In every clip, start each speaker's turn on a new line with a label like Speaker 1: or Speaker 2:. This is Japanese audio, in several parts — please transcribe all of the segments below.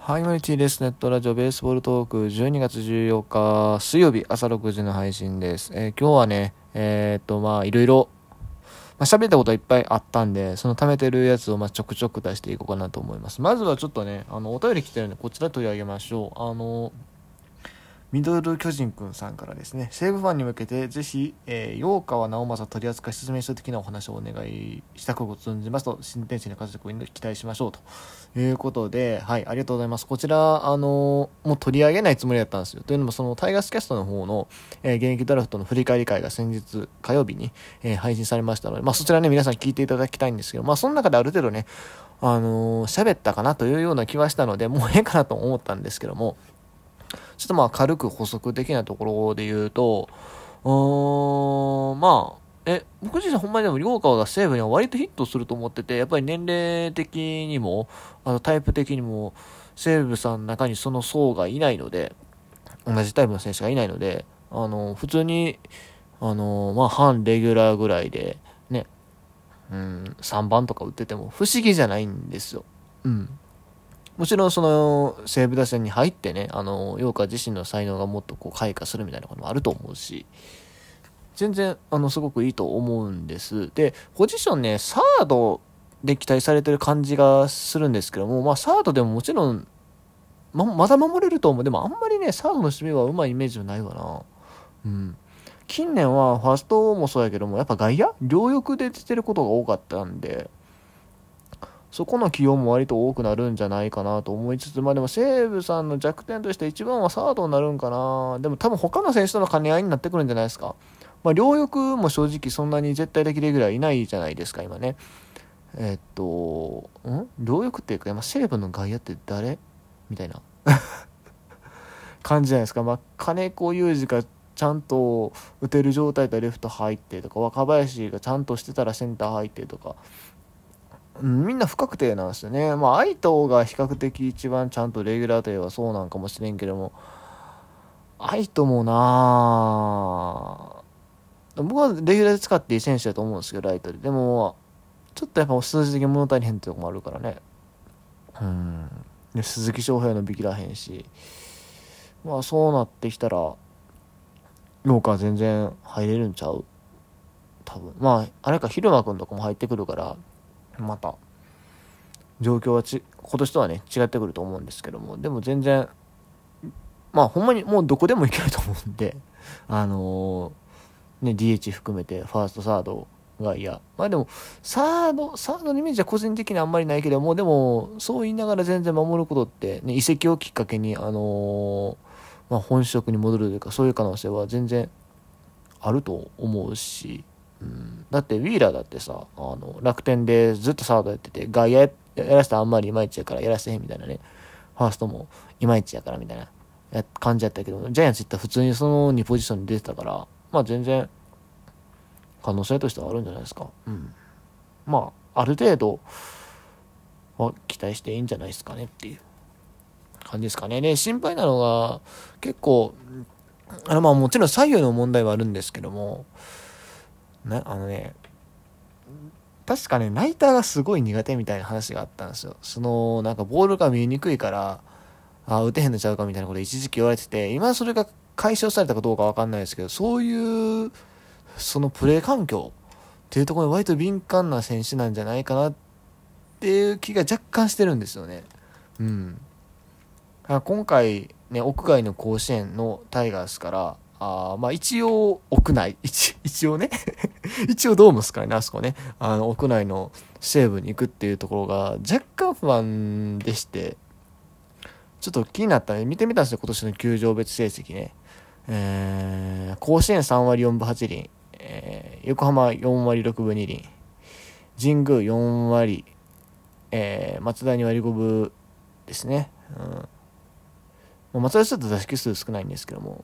Speaker 1: はい、マイチーです。ネットラジオベースボールトーク12月14日水曜日朝6時の配信です。今日はね、いろいろ、喋ったこといっぱいあったんで、その貯めてるやつをちょくちょく出していこうかなと思います。まずはちょっとね、お便り来てるんで、こちら取り上げましょう。ミドル巨人くんさんからですね、西武ファンに向けてぜひ、陽川直政取扱説明書的なお話をお願いしたく存じますと、新天地の活躍に期待しましょうということで、はい、ありがとうございます。こちら、もう取り上げないつもりだったんですよ。というのも、そのタイガースキャストの方の、現役ドラフトの振り返り会が先日火曜日に、配信されましたので、そちらね、皆さん聞いていただきたいんですけど、その中である程度ね、喋ったかなというような気はしたので、もうええかなと思ったんですけども、ちょっと軽く補足的なところで言うと、僕自身ほんまにでも陽川が西武には割とヒットすると思ってて、やっぱり年齢的にも、タイプ的にも、西武さんの中にその層がいないので、同じタイプの選手がいないので、普通に、半レギュラーぐらいで、ね、3番とか打ってても不思議じゃないんですよ。うん。もちろんその西武打線に入ってね、陽川自身の才能がもっと開花するみたいなこともあると思うし、全然すごくいいと思うんです。で、ポジションね、サードで期待されてる感じがするんですけども、サードでももちろん、まだ守れると思う。でもあんまりね、サードの守備はうまいイメージはないわな。うん。近年はファーストもそうやけども、やっぱ外野両翼で出てることが多かったんで、そこの起用も割と多くなるんじゃないかなと思いつつ、でも西武さんの弱点として一番はサードになるんかな。でも多分他の選手との兼ね合いになってくるんじゃないですか。両翼も正直そんなに絶対的レギュラーいないじゃないですか、今ね。両翼っていうか、西武の外野って誰みたいな感じじゃないですか。金子裕二がちゃんと打てる状態でレフト入ってとか、若林がちゃんとしてたらセンター入ってとか、みんな不確定なんですよね。愛斗が比較的一番ちゃんとレギュラーといえばそうなんかもしれんけども、愛斗もなぁ、僕はレギュラーで使っていい選手だと思うんですけど、ライトで。でも、ちょっとやっぱ数字的に物足りへんってとこもあるからね。で、鈴木翔平のびきらへんし、そうなってきたら、陽川全然入れるんちゃう多分。あれか、蛭間くんとかも入ってくるから、また、状況は今年とはね、違ってくると思うんですけども、でも全然、ほんまにもうどこでもいけると思うんで、DH 含めて、ファースト、サードが嫌。でも、サードのイメージは個人的にあんまりないけども、でも、そう言いながら全然守ることって、ね、移籍をきっかけに、本職に戻るというか、そういう可能性は全然あると思うし、だってウィーラーだってさ、楽天でずっとサードやってて、外野やらせたらあんまりいまいちやからやらせへんみたいなね、ファーストもいまいちやからみたいな感じやったけど、ジャイアンツ行ったら普通にその2ポジションに出てたから、全然可能性としてはあるんじゃないですか。ある程度は期待していいんじゃないですかねっていう感じですかね。で、心配なのが、結構、もちろん左右の問題はあるんですけども、確かね、ナイターがすごい苦手みたいな話があったんですよ。ボールが見えにくいから、打てへんのちゃうかみたいなこと一時期言われてて、今それが解消されたかどうかわかんないですけど、そういう、そのプレー環境っていうところに割と敏感な選手なんじゃないかなっていう気が若干してるんですよね。今回ね、屋外の甲子園のタイガースから、一応屋内、一応ね一応ドームですからね、あそこね、屋内の西武に行くっていうところが若干不安でして、ちょっと気になったね、見てみたんですよ、今年の球場別成績ね。甲子園3割4分8厘、横浜4割6分2厘、神宮4割、松田2割5分ですね。松田ちょっと打席数少ないんですけども、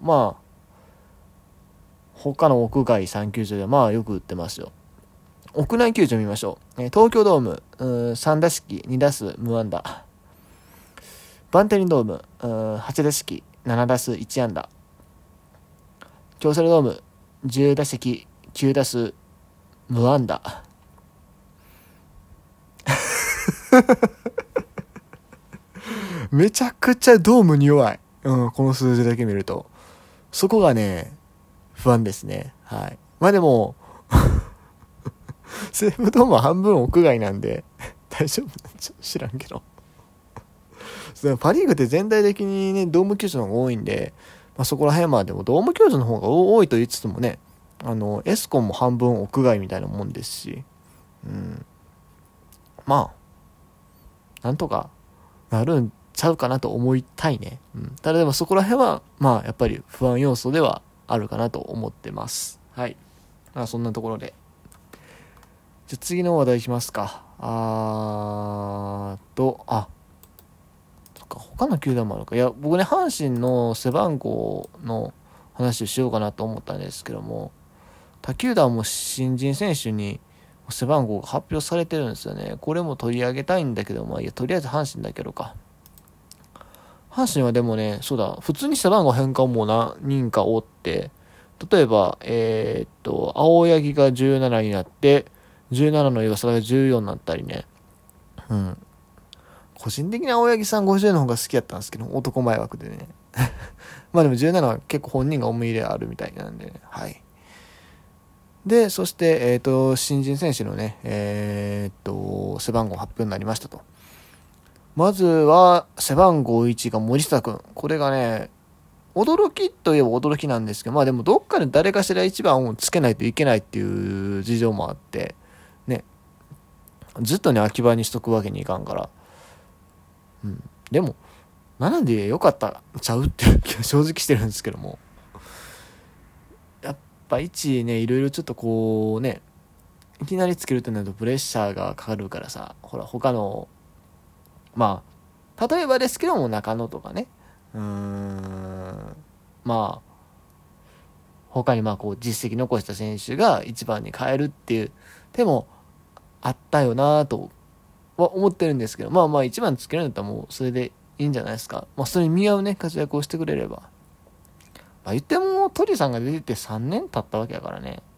Speaker 1: 他の屋外3球場ではよく打ってますよ。屋内球場見ましょう。東京ドーム、3打席2打数無安打。バンテリンドーム、8打席7打数1安打。京セラドーム、10打席9打数無安打。 めちゃくちゃドームに弱い。この数字だけ見ると。そこがね、不安ですね。はい。まあでも、西武ドームは半分屋外なんで、大丈夫なんちゃ知らんけど。パリーグって全体的にね、ドーム球場の方が多いんで、そこら辺までもドーム球場の方が多いと言いつつもね、エスコンも半分屋外みたいなもんですし、なんとかなるんちゃうかなと思いたいね。ただでもそこら辺は、やっぱり不安要素ではあるかなと思ってます。はい。そんなところで。じゃあ次の話題いきますか。他の球団もあるか。いや、僕ね、阪神の背番号の話をしようかなと思ったんですけども、他球団も新人選手に背番号が発表されてるんですよね。これも取り上げたいんだけど、とりあえず阪神だけどか。阪神はでもね、そうだ、普通に背番号変換も何人かおって、例えば、青柳が17になって、17の岩佐が14になったりね。個人的に青柳さん50の方が好きやったんですけど、男前枠でね。でも17は結構本人が思い入れあるみたいなんでね。はい。で、そして、新人選手のね、背番号発表になりましたと。まずは、背番号1が森下くん。これがね、驚きといえば驚きなんですけど、でもどっかで誰かしら1番をつけないといけないっていう事情もあって、ね、ずっとね、秋葉にしとくわけにいかんから、でも7でよかったちゃうっていう気は正直してるんですけども、やっぱ1ね、いろいろちょっとこうね、いきなりつけるとなるとプレッシャーがかかるからさ、ほら他の例えばですけども中野とかね、他にこう実績残した選手が1番に変えるっていう手もあったよなとは思ってるんですけど、1番つけるんだったらもうそれでいいんじゃないですか。それに見合うね、活躍をしてくれれば。言っても鳥さんが出てて3年経ったわけやからね。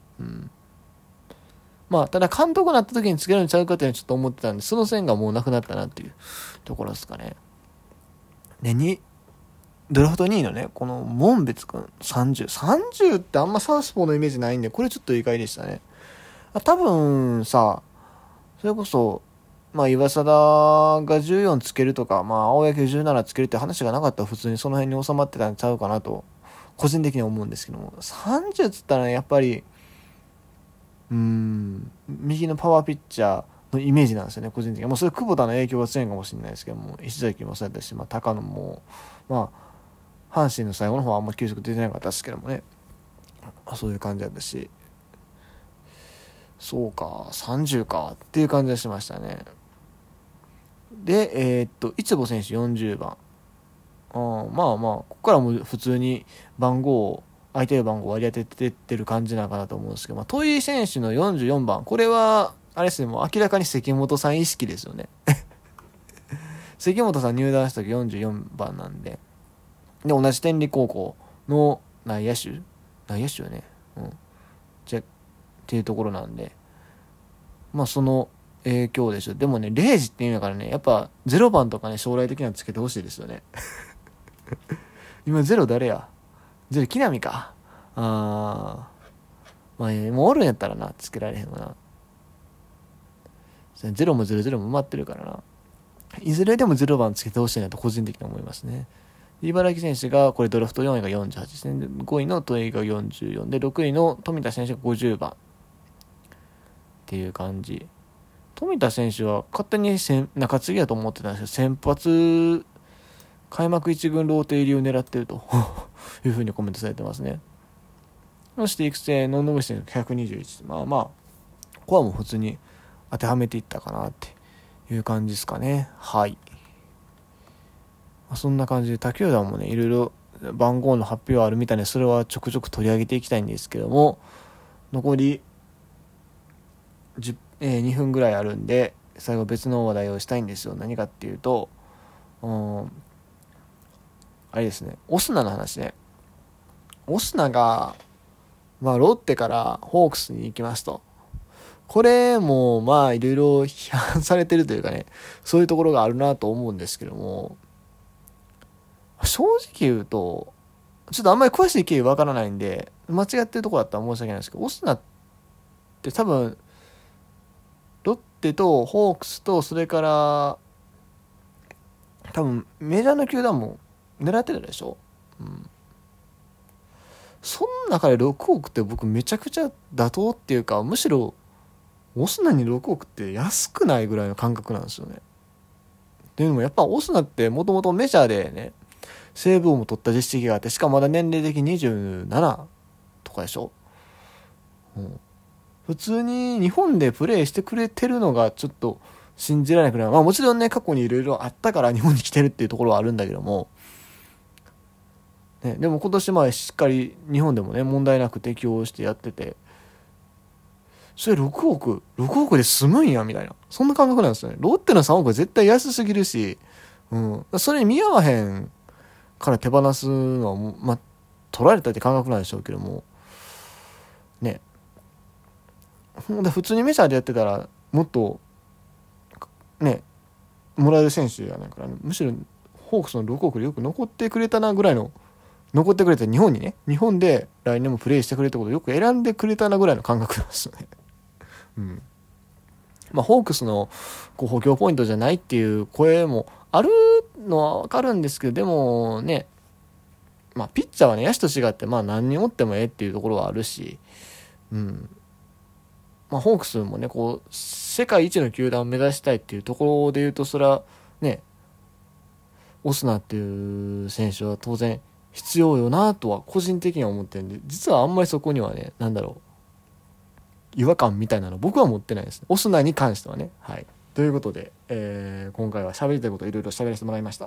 Speaker 1: ただ監督になった時につけるんちゃうかっていうのはちょっと思ってたんで、その線がもうなくなったなっていうところですかね。で、ドラフト2位のね、この門別くん30ってあんまサウスポーのイメージないんで、これちょっと意外でしたね。多分さ、それこそ、岩貞が14つけるとか、青柳17つけるって話がなかったら普通にその辺に収まってたんちゃうかなと、個人的に思うんですけども、30つったらね、やっぱり、右のパワーピッチャーのイメージなんですよね、個人的に。それ久保田の影響が強いかもしれないですけども、石崎もそうやったし、高野も、阪神の最後の方はあんま球速出てなかったですけどもね、そういう感じだったし、そうか、30かっていう感じがしましたね。で、市保選手40番。ここからも普通に相手の番号を割り当ててってる感じなのかなと思うんですけど、戸井選手の44番。これは、あれですね、もう明らかに関本さん意識ですよね。関本さん入団した時44番なんで。で、同じ天理高校の内野手よね。っていうところなんで。その影響でしょ。でもね、0時っていうのからね、やっぱ0番とかね、将来的にはつけてほしいですよね。今0誰や ?0 木浪か。もうおるんやったらな、つけられへんわな。0も00も埋まってるからな。いずれでも0番つけてほしいなと個人的に思いますね。茨城選手が、これドラフト4位が48ですね。5位の戸井が44で、6位の富田選手が50番。っていう感じ。富田選手は勝手に中継ぎだと思ってたんですけど、先発開幕1軍ローテ入りを狙っているというふうにコメントされてますね。そして育成の野口選手121。ここはもう普通に当てはめていったかなっていう感じですかね。はい。そんな感じで他球団もね、いろいろ番号の発表あるみたいで、それはちょくちょく取り上げていきたいんですけども、残り2分ぐらいあるんで、最後別の話題をしたいんですよ。何かっていうと、あれですね、オスナの話ね。オスナが、ロッテからホークスに行きますと。これもいろいろ批判されてるというかね、そういうところがあるなと思うんですけども、 正直言うと、ちょっとあんまり詳しい経緯わからないんで、間違ってるところだったら申し訳ないんですけど、オスナって多分、ロッテとホークスと、それから、多分メジャーの球団も狙ってたでしょ。うん。その中で6億って僕めちゃくちゃ妥当っていうか、むしろオスナに6億って安くないぐらいの感覚なんですよね。っていうのもやっぱオスナってもともとメジャーでね、セーブ王も取った実績があって、しかもまだ年齢的に27とかでしょ。うん。普通に日本でプレーしてくれてるのがちょっと信じられなくなる。まあもちろんね、過去にいろいろあったから日本に来てるっていうところはあるんだけども、ね、でも今年までしっかり日本でもね、問題なく適応してやってて、それ6億で済むんや、みたいな。そんな感覚なんですよね。ロッテの3億は絶対安すぎるし、うん。それに見合わへんから手放すのは、まあ、取られたって感覚なんでしょうけども、ね。ほんで普通にメジャーでやってたら、もっと、ね、もらえる選手やないから、むしろ、ホークスの6億でよく残ってくれたなぐらいの、残ってくれて日本にね、日本で来年もプレーしてくれってことをよく選んでくれたなぐらいの感覚なんですよね。うん。まあ、ホークスのこう補強ポイントじゃないっていう声もあるのはわかるんですけど、でもね、まあ、ピッチャーはね、野手と違って、まあ、何人おってもええっていうところはあるし、うん。まあ、ホークスもね、こう、世界一の球団を目指したいっていうところで言うと、それはね、オスナっていう選手は当然必要よなとは個人的には思ってるんで、実はあんまりそこにはね、なんだろう、違和感みたいなの僕は持ってないですね。オスナに関してはね。はい。ということで、今回は喋りたいことをいろいろ喋らせてもらいました。